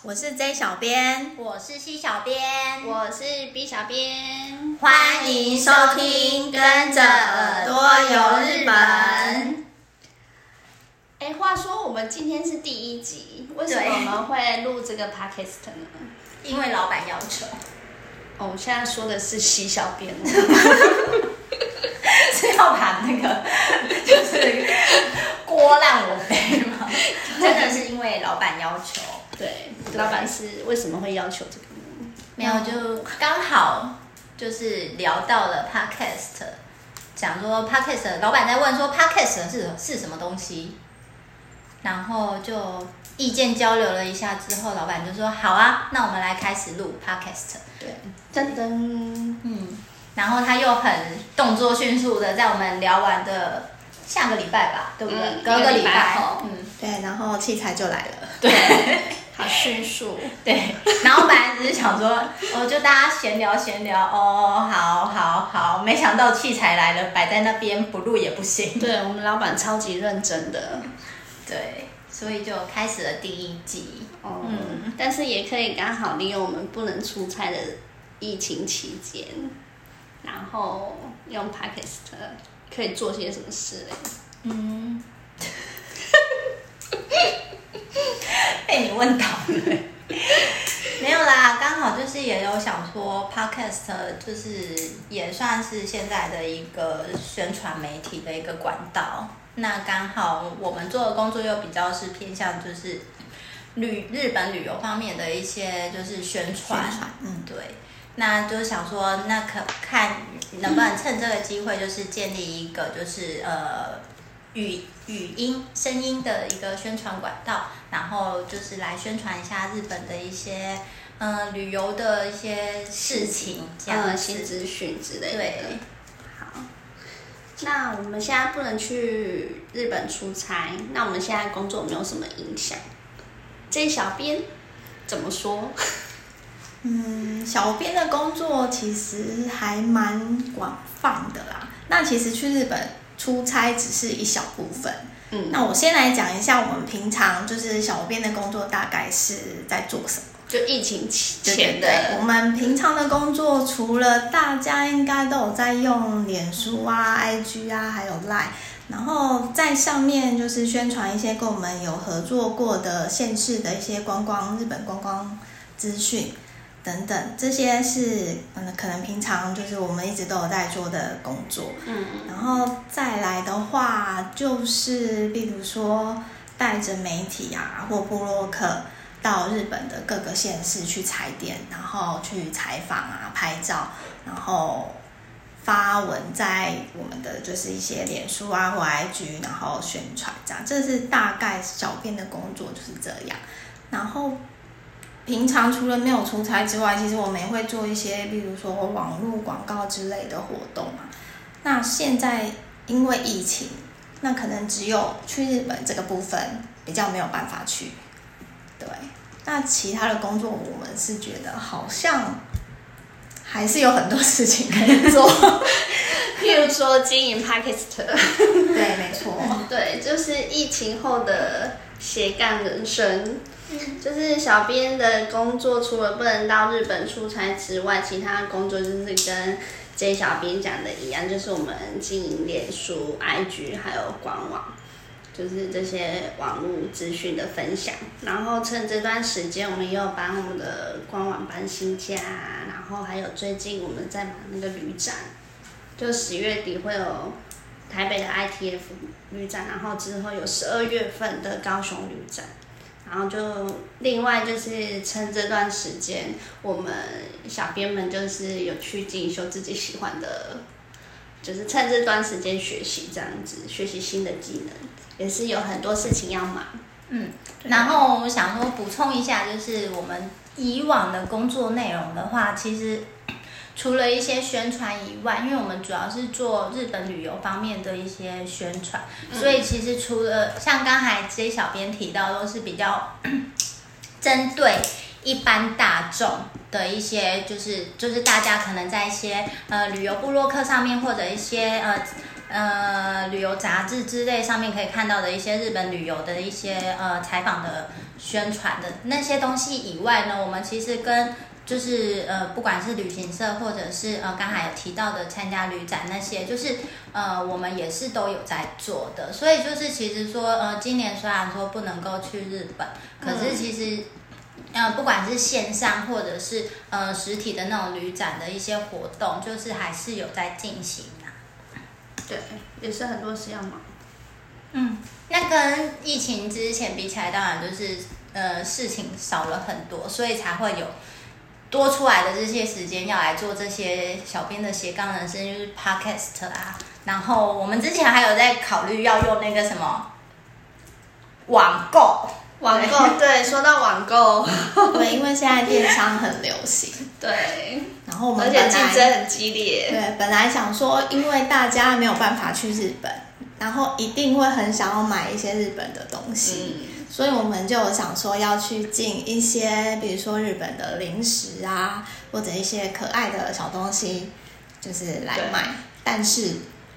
我是 J 小编， 我是 C 小编， 我是 B 小编， 欢迎收听，跟着耳朵游日本。 话说我们今天是第1集，为什么我们会录这个 podcast 呢？ 因为老板要求。 我现在说的是 C 小编， 是要把那个就是锅让我背吗？真的是因为老板要求。 对，老板是为什么会要求这个呢？ 没有，就刚好就是聊到了 podcast， 讲说 podcast， 老板在问说 podcast 是什么东西，然后就意见交流了一下之后，老板就说好啊，那我们来开始录 podcast。 对，噔噔， 然后他又很动作迅速的在我们聊完的下个礼拜吧，对不对？隔个礼拜后， 对，然后器材就来了， 对， 好迅速， 对。然后本来只是想说，就大家闲聊，好，没想到器材来了，摆在那边不录也不行。 对，我们老板超级认真的， 对，所以就开始了第1集。 但是也可以刚好利用我们不能出差的疫情期间，然后用 podcast 可以做些什么事嘞？ 被你问倒了。没有啦，刚好就是也有想说 podcast 就是也算是现在的一个宣传媒体的一个管道。那刚好我们做的工作又比较是偏向就是日本旅游方面的一些就是宣传，对。那就想说，那看能不能趁这个机会，就是建立一个就是语音声音的一个宣传管道，然后就是来宣传一下日本的一些旅游的一些事情，这样新资讯之类的。 对， 好。那我们现在不能去日本出差，那我们现在工作有没有什么影响？这小编怎么说？ 小编的工作其实还蛮广泛的啦。那其实去日本出差只是一小部分。那我先来讲一下我们平常就是小编的工作大概是在做什么。 就疫情前的， 对，我们平常的工作除了大家应该都有在用脸书啊、IG 啊，还有 Line， 然后在上面就是宣传一些跟我们有合作过的县市的一些日本观光资讯等等，这些是可能平常就是我们一直都有在做的工作。然后再来的话，就是例如说带着媒体啊或部落客到日本的各个县市去踩点，然后去采访啊、拍照，然后发文在我们的就是一些脸书啊或 IG， 然后宣传这样。这是大概小编的工作就是这样。然后平常除了没有出差之外，其实我们也会做一些，例如说网络广告之类的活动嘛。那现在因为疫情，那可能只有去日本这个部分比较没有办法去。对，那其他的工作我们是觉得好像还是有很多事情可以做， 譬如说经营 podcast。 对，没错， 对，就是疫情后的斜杠人生。就是小编的工作，除了不能到日本出差之外，其他工作就是跟 J 小编讲的一样，就是我们经营脸书、IG 还有官网，就是这些网络资讯的分享。然后趁这段时间，我们也有帮我们的官网搬新家，然后还有最近我们在忙那个旅展，就10月底会有台北的 ITF 旅展，然后之后有12月份的高雄旅展。然后就另外就是趁这段时间，我们小编们就是有去进修自己喜欢的，就是趁这段时间学习这样子，学习新的技能，也是有很多事情要忙。 然后我想说补充一下，就是我们以往的工作内容的话，其实除了一些宣传以外，因为我们主要是做日本旅游方面的一些宣传，所以其实除了像刚才这些小编提到，都是比较针对一般大众的一些，就是大家可能在一些旅游部落客上面或者一些旅游杂志之类上面可以看到的一些日本旅游的一些采访的宣传的那些东西以外呢，我们其实跟就是不管是旅行社或者是刚才有提到的参加旅展那些，就是我们也是都有在做的。所以就是其实说今年虽然说不能够去日本，可是其实不管是线上或者是实体的那种旅展的一些活动，就是还是有在进行啊。 对，也是很多事要忙。 那跟疫情之前比起来，当然就是事情少了很多，所以才会有多出来的这些时间要来做这些小编的斜杠人生，就是 podcast 啊。然后我们之前还有在考虑要用那个什么网购。 对，说到网购， 对，因为现在电商很流行， 对， 然后我们而且竞争很激烈。 对，本来想说，因为大家没有办法去日本，然后一定会很想要买一些日本的东西，所以我们就有想说要去进一些，比如说日本的零食啊，或者一些可爱的小东西，就是来卖。但是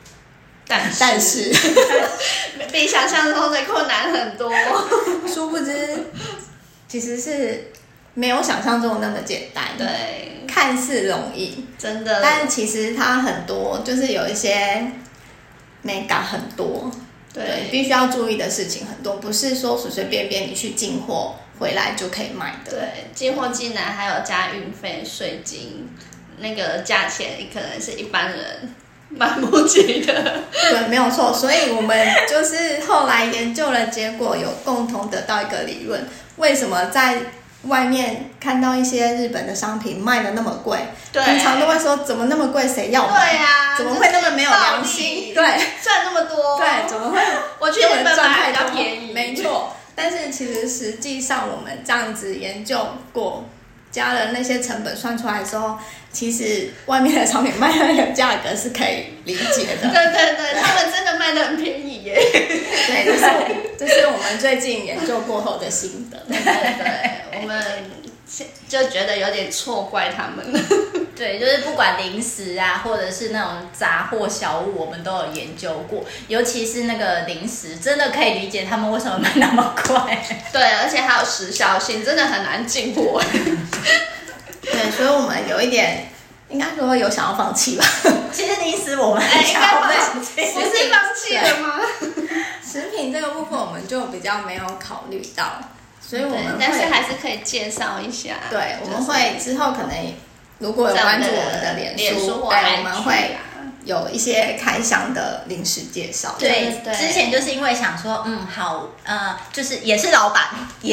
比想象中的困难很多。 殊不知，其实是没有想象中那么简单。 对， 看似容易， 真的， 但其实它很多，就是有一些美感很多。对，必须要注意的事情很多，不是说随随便便你去进货回来就可以买的。 对，进货进来还有加运费、税金，那个价钱可能是一般人买不起的。 对，没有错。所以我们就是后来研究了，结果有共同得到一个理论：为什么在外面看到一些日本的商品卖的那么贵，平常都会说怎么那么贵，谁要买？ 对啊， 怎么会那么没有良心？对， 赚那么多， 对，怎么会？ 我去日本买比较便宜， 没错。但是其实实际上我们这样子研究过，加了那些成本算出来之后，其实外面的商品卖的那个价格是可以理解的。 对，他们真的卖的很便宜耶。 对，这是我们最近研究过后的心得。 对，我们就觉得有点错怪他们。 对，就是不管零食啊，或者是那种杂货小物，我们都有研究过。尤其是那个零食，真的可以理解他们为什么卖那么贵。 对，而且还有时效性，真的很难进货。 对，所以我们有一点，应该说有想要放弃吧。 其实零食我们很想要放弃， 不是放弃了吗？ 食品这个部分我们就比较没有考虑到，所以我们但是还是可以介绍一下。 对，我们会之后可能如果有关注我们的脸书，对，我们会有一些开箱的零食介绍。 对，之前就是因为想说，好，就是也是老板，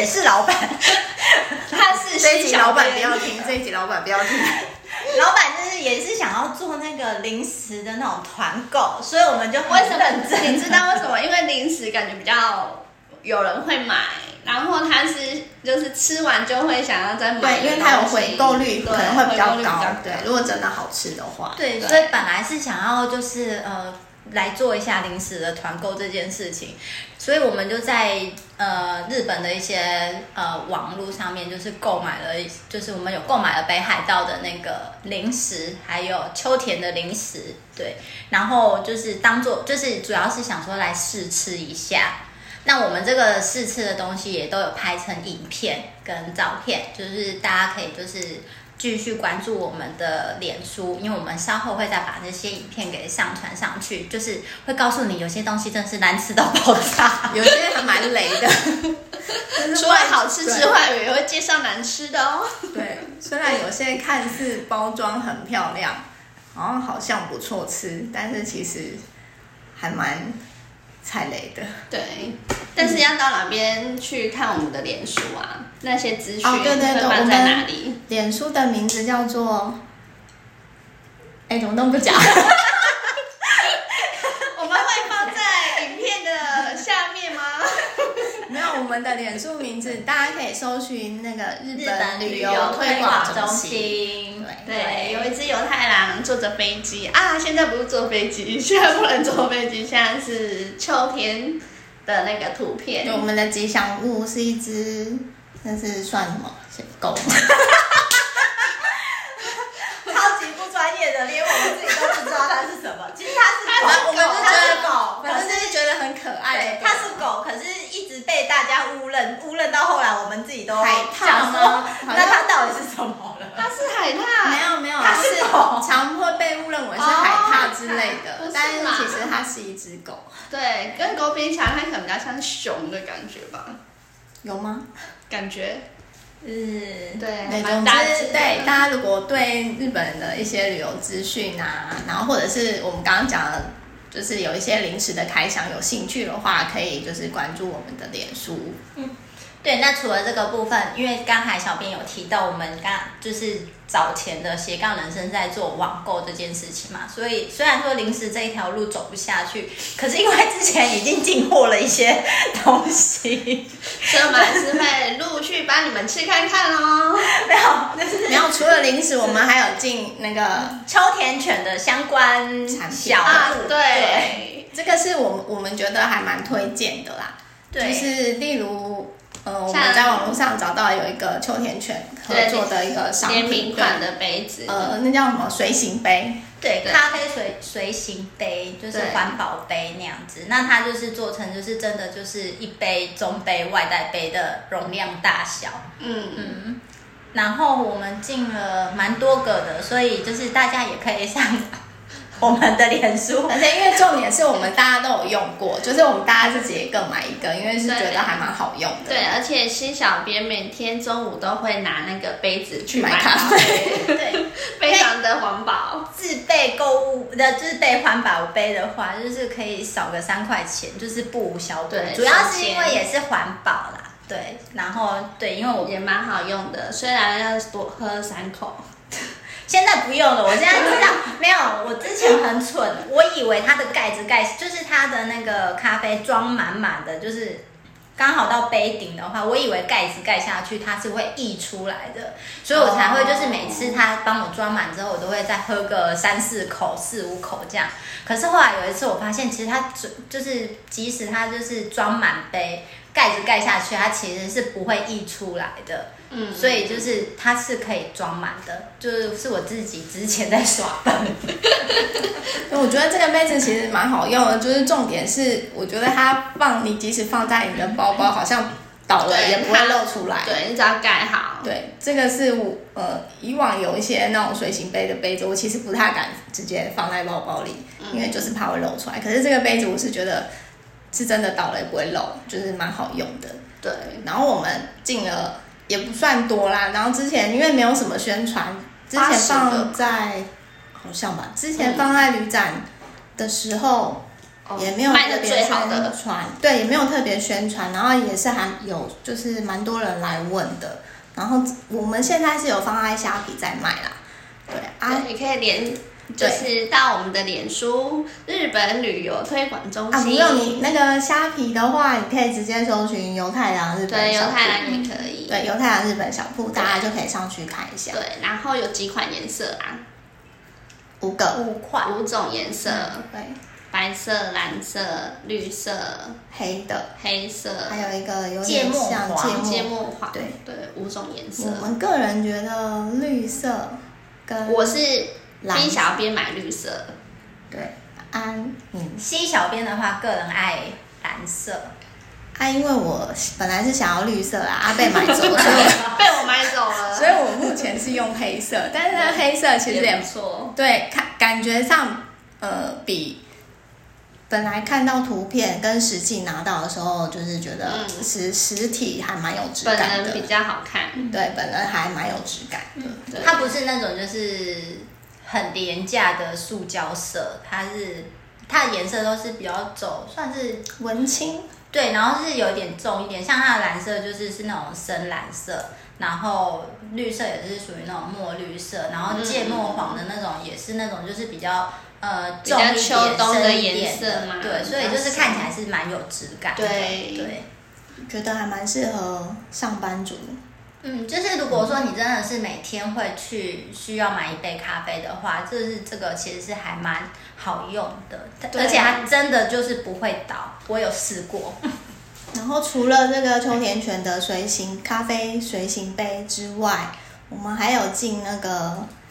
他是这一集老板不要听， 老板就是也是想要做那个零食的那种团购，所以我们就很认真。 你知道为什么？因为零食感觉比较有人会买，然后他是就是吃完就会想要再买， 对，因为它有回购率可能会比较高。对，如果真的好吃的话， 对，所以本来是想要就是来做一下零食的团购这件事情，所以我们就在日本的一些网络上面就是购买了，就是我们有购买了北海道的那个零食，还有秋田的零食，对，然后就是当做就是主要是想说来试吃一下。那我们这个试吃的东西也都有拍成影片跟照片，就是大家可以就是继续关注我们的脸书，因为我们稍后会再把这些影片给上传上去，就是会告诉你有些东西真的是难吃到爆炸， 有些还蛮雷的。 除了好吃之外，也会介绍难吃的哦。 对，虽然有些看似包装很漂亮，好像不错吃，但是其实还蛮踩雷的。 对，但是要到哪边去看我们的脸书啊？那些资讯对， 会放在哪里？ 脸书的名字叫做，怎么都不讲？ 我们会放在影片的下面吗？ 没有，我们的脸书名字大家可以搜寻那个日本旅游推广中心。 对，有一只犹太狼坐着飞机啊，现在不是坐飞机，现在不能坐飞机，现在是秋天的那个图片。 对，我们的吉祥物是一只，那是算什么？狗吗？ 超级不专业的，连我们自己都不知道它是什么。其实它是我们知道爱对，它是狗，可是一直被大家误认到后来，我们自己都海獭想说吗， 那它到底是什么了？ 它是海獭， 没有， 它是狗常会被误认为是海獭之类的， 哦但是不是啦其实它是一只狗。 对，跟狗比起来，它可能比较像熊的感觉吧， 有吗？ 感觉。对， 对， 蛮总之， 大只的对大家如果对日本的一些旅游资讯啊，然后或者是我们刚刚讲的，就是有一些临时的开箱有兴趣的话，可以就是关注我们的脸书。 对，那除了这个部分，因为刚才小编有提到，我们就是早前的斜杠人生在做网购这件事情嘛，所以虽然说临时这一条路走不下去，可是因为之前已经进货了一些东西， 所以我们还是会陆续帮你们吃看看哦。 没有，就是然后除了零食，我们还有进那个秋田犬的相关产品小啊物， 对， 这个是我们觉得还蛮推荐的啦。 对就是例如我们在网络上找到有一个秋田犬合作的一个商联品， 名款的杯子， 那叫什么随行杯？ 对， 对咖啡随行杯就是对环保杯那样子，那它就是做成就是真的就是一杯中杯外带杯的容量大小，然后我们进了蛮多个的，所以就是大家也可以上我们的脸书， 而且因为重点是我们大家都有用过，就是我们大家自己也各买一个，因为是觉得还蛮好用的。 对，而且新小编每天中午都会拿那个杯子去买买咖啡。 对， 非常的环保。 自备购物的自备环保杯的话，就是可以少个3块钱，就是不无小补。 对主要是因为也是环保啦，对，然后对，因为我也蛮好用的，虽然要多喝3口。 现在不用了，我现在知道没有。我之前很蠢，我以为它的盖子就是它的那个咖啡装满满的，就是刚好到杯顶的话，我以为盖子盖下去它是会溢出来的，所以我才会就是每次他帮我装满之后，我都会再喝个3、4口、4、5口这样。可是后来有一次我发现，其实它就是即使它就是装满杯，盖子盖下去，它其实是不会溢出来的。所以就是它是可以装满的，就是我自己之前在耍笨。 我觉得这个杯子其实蛮好用的，就是重点是，我觉得它你即使放在你的包包，好像倒了也不会露出来。 对，你只要盖好。 对，这个是以往有一些那种随行杯的杯子，我其实不太敢直接放在包包里，因为就是怕会露出来。可是这个杯子我是觉得是真的倒了也不会露，就是蛮好用的。 对， 然后我们进了也不算多啦，然后之前因为没有什么宣传，之前放在好像吧，之前放在旅展的时候。也没有特别宣传，对，也没有特别宣传，然后也是还有就是蛮多人来问的，然后我们现在是有放在虾皮在卖啦，对啊， 你可以就是到我们的脸书日本旅游推广中心。 不用你那个虾皮的话，你可以直接搜寻犹太郎日本小铺， 对，犹太郎也可以， 对，犹太郎日本小铺，大家就可以上去看一下。 对，然后有几款颜色啊 5 种颜色， 对。 白色、蓝色、绿色、 黑色，还有一个有点像芥末黄， 对 ，5种颜色。 我们个人觉得绿色跟我是 B 小编买绿色， 对 ，C 小编的话，个人爱蓝色。 因为我本来是想要绿色啦，被买走了，所以被我买走了， 所以我目前是用黑色，但是那黑色其实也不错， 对，感觉上比本来看到图片跟实际拿到的时候，就是觉得实体还蛮有质感的， 本人比较好看， 对，本人还蛮有质感的。 它不是那种就是很廉价的塑胶色，它的颜色都是比较走，算是文青。 对，然后是有点重一点，像它的蓝色是那种深蓝色，然后绿色也是属于那种墨绿色，然后芥末黄的那种也是那种就是比较重一点、 秋冬的颜色嘛， 对，所以就是看起来是蛮有质感的，对， 觉得还蛮适合上班族。 就是如果说你真的是每天会需要买一杯咖啡的话，这个其实是还蛮好用的，而且它真的就是不会倒，我有试过。 然后除了这个秋田犬的咖啡随行杯之外，我们还有进那个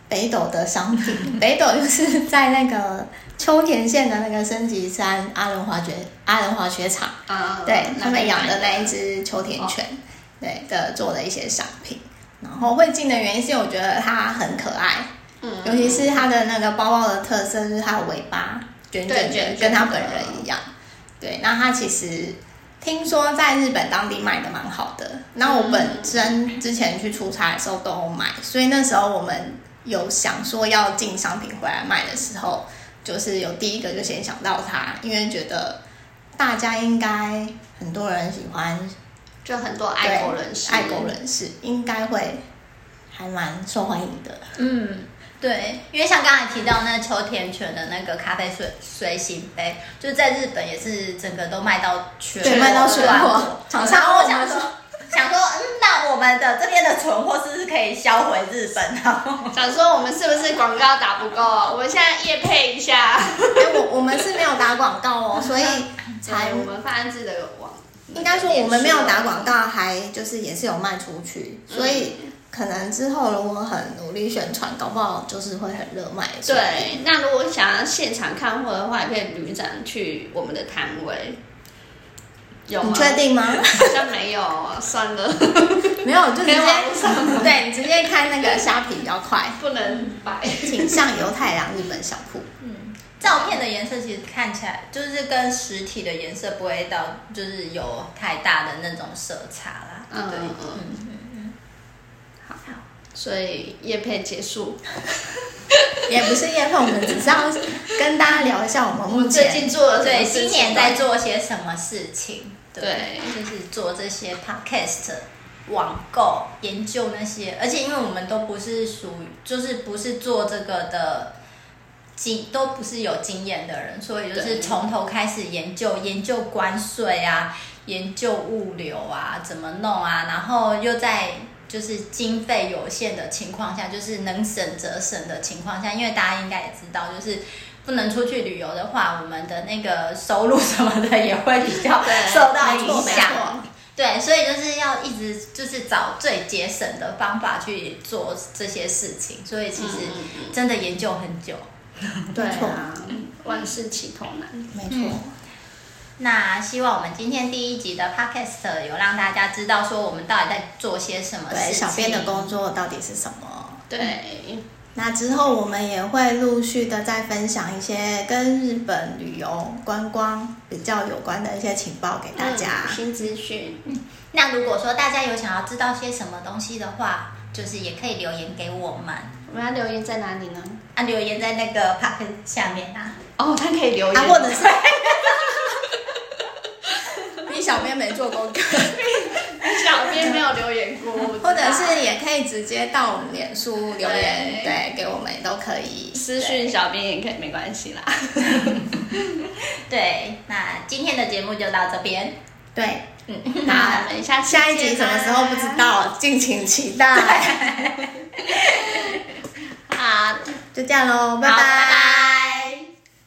北斗的商品。北斗就是在那个秋田县的那个升级山阿仁滑雪场，对，他们养的那一只秋田犬，对的做的一些商品。然后会进的原因是因为我觉得它很可爱，尤其是它的那个包包的特色就是它的尾巴卷卷卷，跟它本人一样。对，那它其实听说在日本当地卖的蛮好的。那我本身之前去出差的时候都有买，所以那时候我们有想说要进商品回来卖的时候，就是有第一个就先想到它，因为觉得大家应该很多人喜欢。 就很多爱狗人士应该会还蛮受欢迎的。 对，因为像刚才提到那秋田犬的那个咖啡随行杯，就是在日本也是整个都卖到缺货， 卖到缺货。 然后我想说，那我们的这边的存货是不是可以销回日本啊？ 想说我们是不是广告打不够？我们现在业配一下。 我们是没有打广告哦，所以才我们发自的网。 应该说我们没有打广告，还就是也是有卖出去，所以可能之后如果很努力宣传，搞不好就是会很热卖。 对，那如果想要现场看货的话，也可以旅展去我们的摊位。有吗？ 你确定吗？ 好像没有，算了。 没有，就直接对你直接看那个虾皮比较快， 不能摆。 请上犹太良日本小铺。 照片的颜色其实看起来就是跟实体的颜色不会到，就是有太大的那种色差啦。对， 好，所以业配结束， 也不是业配，我们只是要跟大家聊一下我们目前最近做了什么事情， 对，今年在做些什么事情。 对， 就是做这些 podcast、网购、研究那些，而且因为我们都不是就是不是做这个的。都不是有经验的人，所以就是从头开始研究关税啊，研究物流啊，怎么弄啊，然后又在就是经费有限的情况下，就是能省则省的情况下，因为大家应该也知道，就是不能出去旅游的话，我们的那个收入什么的也会比较受到影响。对，所以就是要一直就是找最节省的方法去做这些事情，所以其实真的研究很久。 对啊，万事起头难， 没错。 那希望我们今天第一集的 podcast 有让大家知道说我们到底在做些什么事情， 对，小编的工作到底是什么？ 对。 那之后我们也会陆续的再分享一些跟日本旅游观光比较有关的一些情报给大家， 新资讯。 那如果说大家有想要知道些什么东西的话，就是也可以留言给我们。 我们要留言在哪里呢？ 留言在那个 podcast 下面啊。 哦，他可以留言， 或者是比小编没做功课， 小编没有留言过， 或者是也可以直接到我们脸书留言，对，给我们都可以， 私讯小编也可以，没关系啦。 对，那今天的节目就到这边。 对， 那我们下一集什么时候不知道，敬请期待。 好， 就这样咯，拜拜。